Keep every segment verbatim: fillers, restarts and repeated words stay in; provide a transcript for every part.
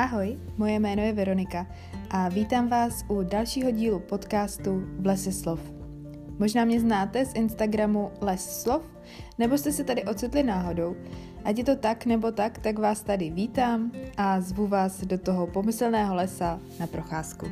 Ahoj, moje jméno je Veronika a vítám vás u dalšího dílu podcastu V lese slov. Možná mě znáte z Instagramu Les slov, nebo jste se tady ocitli náhodou. Ať je to tak nebo tak, tak vás tady vítám a zvu vás do toho pomyslného lesa na procházku.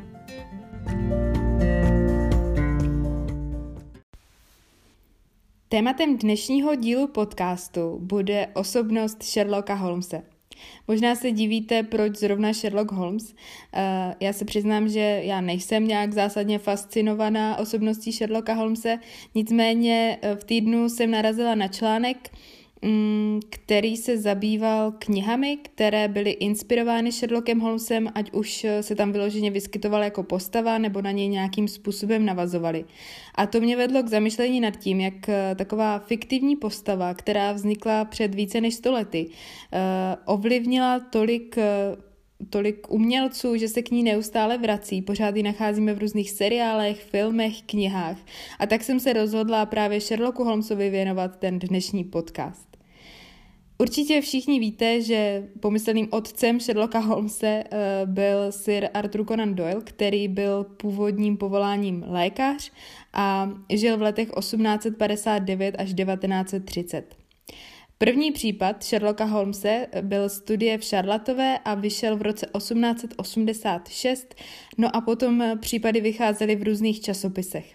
Tématem dnešního dílu podcastu bude osobnost Sherlocka Holmese. Možná se divíte, proč zrovna Sherlock Holmes. Já se přiznám, že já nejsem nějak zásadně fascinovaná osobností Sherlocka Holmese, nicméně v týdnu jsem narazila na článek, který se zabýval knihami, které byly inspirovány Sherlockem Holmesem, ať už se tam vyloženě vyskytoval jako postava, nebo na něj nějakým způsobem navazovali. A to mě vedlo k zamyšlení nad tím, jak taková fiktivní postava, která vznikla před více než sto lety, ovlivnila tolik tolik umělců, že se k ní neustále vrací. Pořád ji nacházíme v různých seriálech, filmech, knihách. A tak jsem se rozhodla právě Sherlocku Holmesovi věnovat ten dnešní podcast. Určitě všichni víte, že pomyslným otcem Sherlocka Holmese byl Sir Arthur Conan Doyle, který byl původním povoláním lékař a žil v letech osmnáct set padesát devět až devatenáct set třicet. První případ Sherlocka Holmese byl studie v Charlottové a vyšel v roce osmnáct set osmdesát šest, no a potom případy vycházely v různých časopisech.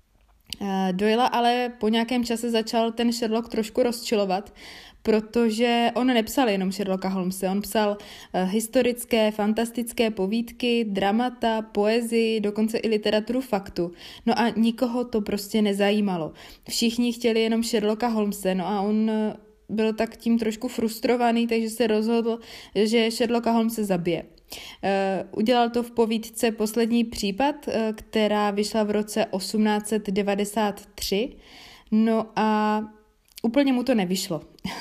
Doyle ale po nějakém čase začal ten Sherlock trošku rozčilovat, protože on nepsal jenom Sherlocka Holmese, on psal historické, fantastické povídky, dramata, poezii, dokonce i literaturu faktu. No a nikoho to prostě nezajímalo. Všichni chtěli jenom Sherlocka Holmese, no a on byl tak tím trošku frustrovaný, takže se rozhodl, že Sherlocka Holmese zabije. Udělal to v povídce Poslední případ, která vyšla v roce osmnáct set devadesát tři, no a úplně mu to nevyšlo.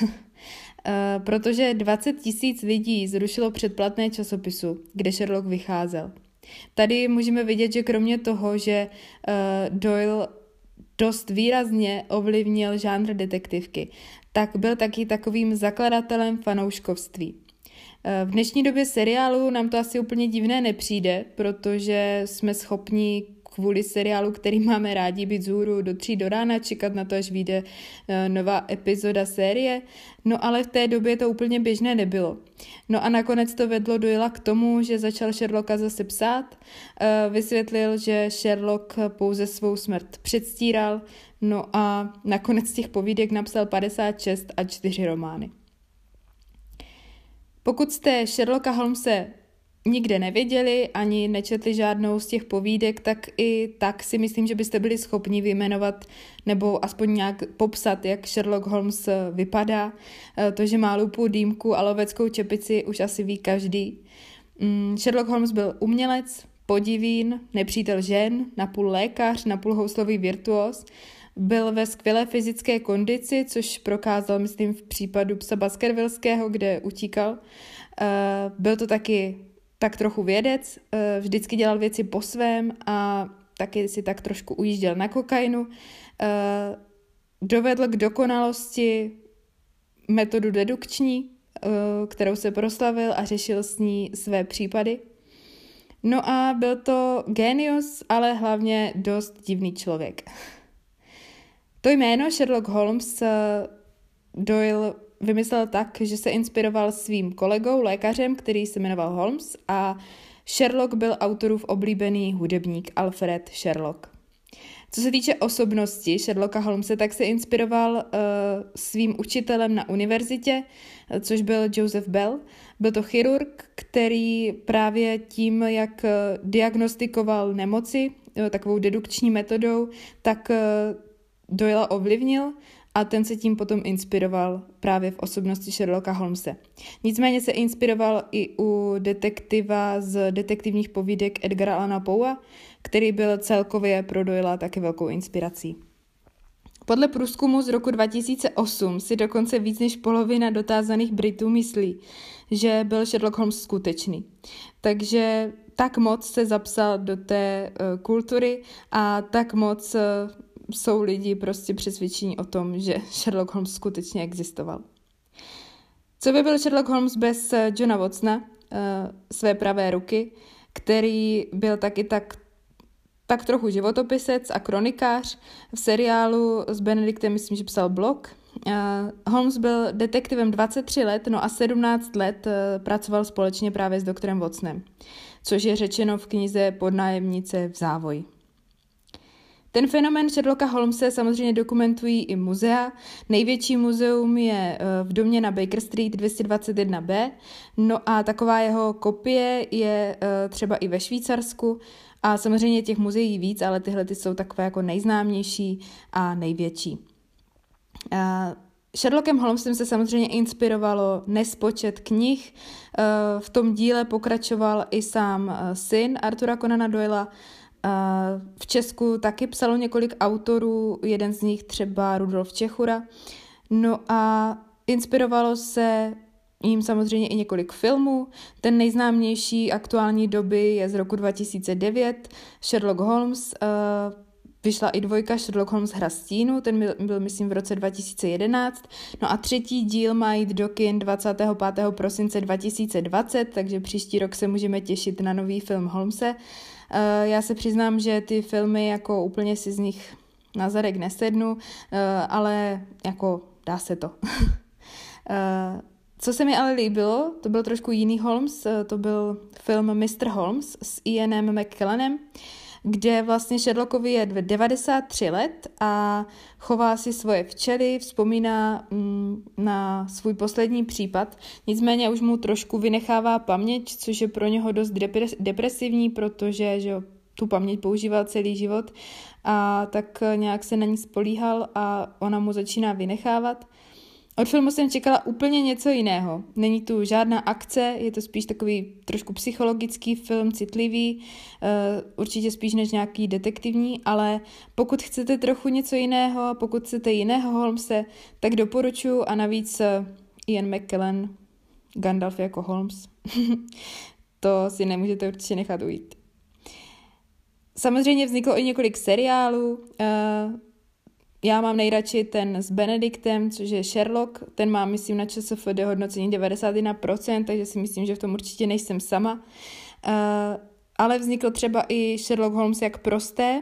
Protože dvacet tisíc lidí zrušilo předplatné časopisu, kde Sherlock vycházel. Tady můžeme vidět, že kromě toho, že Doyle dost výrazně ovlivnil žánr detektivky, tak byl taky takovým zakladatelem fanouškovství. V dnešní době seriálu nám to asi úplně divné nepřijde, protože jsme schopni kvůli seriálu, který máme rádi, být vzhůru do tří do rána, čekat na to, až vyjde nová epizoda série, no ale v té době to úplně běžné nebylo. No a nakonec to vedlo Doyla k tomu, že začal Sherlocka zase psát, vysvětlil, že Sherlock pouze svou smrt předstíral, no a nakonec těch povídek napsal padesát šest a čtyři romány. Pokud jste Sherlocka Holmese nikde nevěděli, ani nečetli žádnou z těch povídek, tak i tak si myslím, že byste byli schopni vyjmenovat nebo aspoň nějak popsat, jak Sherlock Holmes vypadá. To, že má lupu, dýmku a loveckou čepici, už asi ví každý. Sherlock Holmes byl umělec, podivín, nepřítel žen, napůl lékař, napůl houslový virtuos. Byl ve skvělé fyzické kondici, což prokázal, myslím, v případu psa Baskervillského, kde utíkal. Byl to taky tak trochu vědec, vždycky dělal věci po svém a taky si tak trošku ujížděl na kokainu. Dovedl k dokonalosti metodu dedukční, kterou se proslavil a řešil s ní své případy. No a byl to génius, ale hlavně dost divný člověk. To jméno Sherlock Holmes Doyle vymyslel tak, že se inspiroval svým kolegou, lékařem, který se jmenoval Holmes, a Sherlock byl autorův oblíbený hudebník Alfred Sherlock. Co se týče osobnosti Sherlocka Holmese, tak se inspiroval uh, svým učitelem na univerzitě, což byl Joseph Bell. Byl to chirurg, který právě tím, jak diagnostikoval nemoci, takovou dedukční metodou, tak uh, Doyle ovlivnil a ten se tím potom inspiroval právě v osobnosti Sherlocka Holmese. Nicméně se inspiroval i u detektiva z detektivních povídek Edgara Allana Poea, který byl celkově pro Doyla taky velkou inspirací. Podle průzkumu z roku dva tisíce osm si dokonce víc než polovina dotázaných Britů myslí, že byl Sherlock Holmes skutečný. Takže tak moc se zapsal do té uh, kultury a tak moc uh, jsou lidi prostě přesvědčení o tom, že Sherlock Holmes skutečně existoval. Co by byl Sherlock Holmes bez Johna Watsona? své pravé ruky, který byl taky tak, tak trochu životopisec a kronikář. V seriálu s Benediktem myslím, že psal blog. Uh, Holmes byl detektivem dvacet tři let, no a sedmnáct let uh, pracoval společně právě s doktorem Watsonem, což je řečeno v knize Podnájemnice v závoji. Ten fenomén Sherlocka Holmese samozřejmě dokumentují i muzea. Největší muzeum je v domě na Baker Street dvě stě dvacet jedna bé, no a taková jeho kopie je třeba i ve Švýcarsku a samozřejmě těch muzeí víc, ale tyhle ty jsou takové jako nejznámější a největší. Sherlockem Holmesem se samozřejmě inspirovalo nespočet knih. V tom díle pokračoval i sám syn Artura Conana Doyla. V Česku taky psalo několik autorů, jeden z nich třeba Rudolf Čechura. No a inspirovalo se jim samozřejmě i několik filmů. Ten nejznámější aktuální doby je z roku dva tisíce devět, Sherlock Holmes. Vyšla i dvojka Sherlock Holmes hra stínu, ten byl, byl myslím v roce dva tisíce jedenáct. No a třetí díl má jít do kin dvacátého pátého prosince dva tisíce dvacet, takže příští rok se můžeme těšit na nový film Holmese. Uh, já se přiznám, že ty filmy jako úplně si z nich na zadek nesednu, uh, ale jako dá se to. uh, co se mi ale líbilo, to byl trošku jiný Holmes, uh, to byl film mister Holmes s Ianem McKellanem, kde vlastně Sherlockovi je devadesát tři let a chová si svoje včely, vzpomíná mm, na svůj poslední případ, nicméně už mu trošku vynechává paměť, což je pro něho dost depres- depresivní, protože že tu paměť používal celý život a tak nějak se na ní spolíhal a ona mu začíná vynechávat. Od filmu jsem čekala úplně něco jiného. Není tu žádná akce, je to spíš takový trošku psychologický film, citlivý, určitě spíš než nějaký detektivní, ale pokud chcete trochu něco jiného, pokud chcete jiného Holmese, tak doporučuji a navíc Ian McKellen, Gandalf jako Holmes, to si nemůžete určitě nechat ujít. Samozřejmě vzniklo i několik seriálů. Já mám nejradši ten s Benediktem, což je Sherlock, ten má, myslím, na ČSFD hodnocení devadesát jedna procent, takže si myslím, že v tom určitě nejsem sama. Uh, ale vznikl třeba i Sherlock Holmes jak prosté,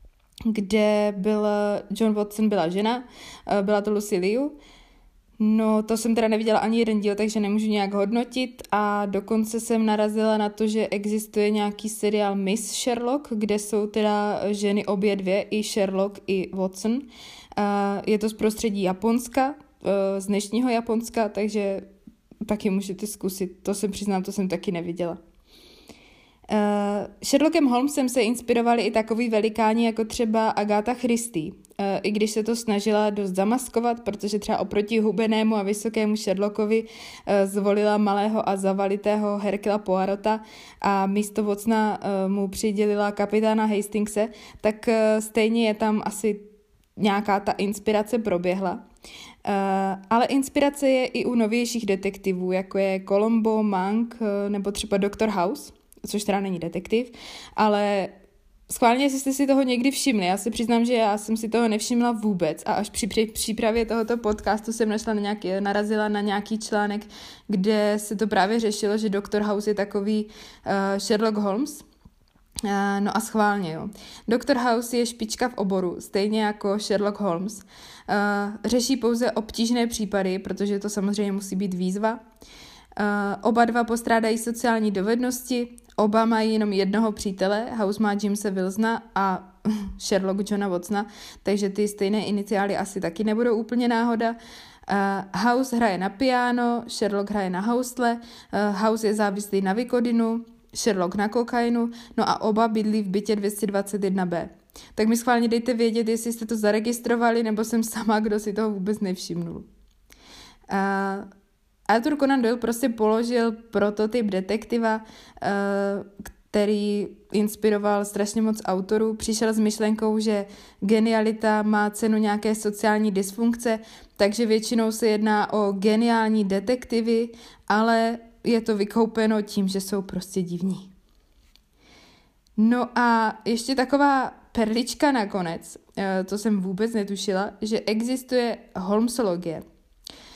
kde byl John Watson byla žena, uh, byla to Lucy Liu. No, to jsem teda neviděla ani jeden díl, takže nemůžu nějak hodnotit a dokonce jsem narazila na to, že existuje nějaký seriál Miss Sherlock, kde jsou teda ženy obě dvě, i Sherlock, i Watson. Je to z prostředí Japonska, z dnešního Japonska, takže taky můžete zkusit. To jsem přiznám, to jsem taky neviděla. Uh, Sherlockem Holmesem se inspirovali i takový velikáni jako třeba Agatha Christie, uh, i když se to snažila dost zamaskovat, protože třeba oproti hubenému a vysokému Sherlockovi uh, zvolila malého a zavalitého Hercula Poirota a místo Watsona uh, mu přidělila kapitána Hastingse, tak uh, stejně je tam asi nějaká ta inspirace proběhla. Uh, ale inspirace je i u novějších detektivů, jako je Columbo, Monk uh, nebo třeba doktor House, což teda není detektiv, ale schválně, jestli jste si toho někdy všimli, já se přiznám, že já jsem si toho nevšimla vůbec a až při přípravě tohoto podcastu jsem našla na nějaký, narazila na nějaký článek, kde se to právě řešilo, že doktor House je takový uh, Sherlock Holmes. Uh, no a schválně, jo. doktor House je špička v oboru, stejně jako Sherlock Holmes. Uh, řeší pouze obtížné případy, protože to samozřejmě musí být výzva. Uh, oba dva postrádají sociální dovednosti, oba mají jenom jednoho přítele, House má Jamesa Wilsona a Sherlock Johna Watsona, takže ty stejné iniciály asi taky nebudou úplně náhoda. Uh, House hraje na piano, Sherlock hraje na housle, uh, House je závislý na Vicodinu, Sherlock na kokainu, no a oba bydlí v bytě dvě stě dvacet jedna bé. Tak mi schválně dejte vědět, jestli jste to zaregistrovali, nebo jsem sama, kdo si toho vůbec nevšimnul. Uh, Arthur Conan Doyle prostě položil prototyp detektiva, který inspiroval strašně moc autorů. Přišel s myšlenkou, že genialita má cenu nějaké sociální dysfunkce, takže většinou se jedná o geniální detektivy, ale je to vykoupeno tím, že jsou prostě divní. No a ještě taková perlička nakonec, to jsem vůbec netušila, že existuje holmesologie.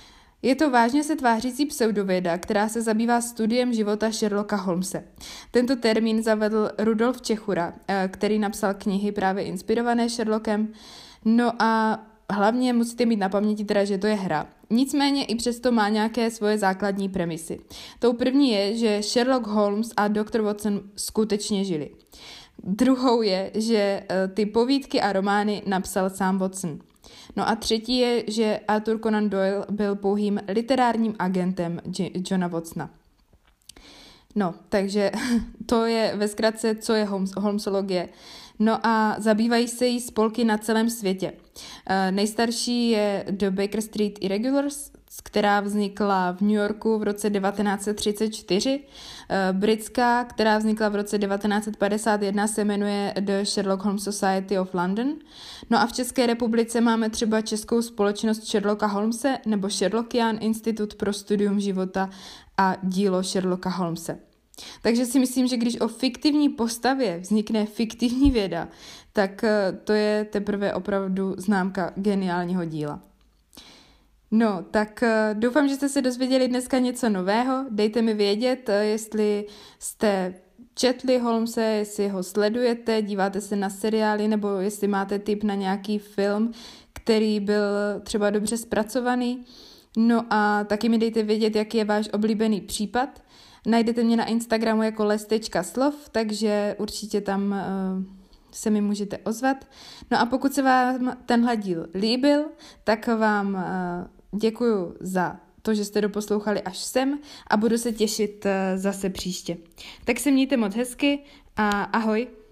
Je to vážně se tvářící pseudověda, která se zabývá studiem života Sherlocka Holmese. Tento termín zavedl Rudolf Čechura, který napsal knihy právě inspirované Sherlockem. No a hlavně musíte mít na paměti teda, že to je hra. Nicméně i přesto má nějaké svoje základní premisy. Tou první je, že Sherlock Holmes a doktor Watson skutečně žili. Druhou je, že ty povídky a romány napsal sám Watson. No a třetí je, že Arthur Conan Doyle byl pouhým literárním agentem Johna Watsona. No, takže to je ve zkratce, co je Holmes, Holmesologie. No a zabývají se jí spolky na celém světě. Uh, nejstarší je The Baker Street Irregulars, která vznikla v New Yorku v roce devatenáct set třicet čtyři. Uh, britská, která vznikla v roce devatenáct set padesát jedna, se jmenuje The Sherlock Holmes Society of London. No a v České republice máme třeba Českou společnost Sherlocka Holmese nebo Sherlockian Institut pro studium života a dílo Sherlocka Holmese. Takže si myslím, že když o fiktivní postavě vznikne fiktivní věda, tak to je teprve opravdu známka geniálního díla. No, tak doufám, že jste se dozvěděli dneska něco nového. Dejte mi vědět, jestli jste četli Holmese, jestli ho sledujete, díváte se na seriály, nebo jestli máte tip na nějaký film, který byl třeba dobře zpracovaný. No a taky mi dejte vědět, jaký je váš oblíbený případ. Najdete mě na Instagramu jako les tečka slov, takže určitě tam uh, se mi můžete ozvat. No a pokud se vám tenhle díl líbil, tak vám uh, děkuju za to, že jste doposlouchali až sem a budu se těšit uh, zase příště. Tak se mějte moc hezky a ahoj.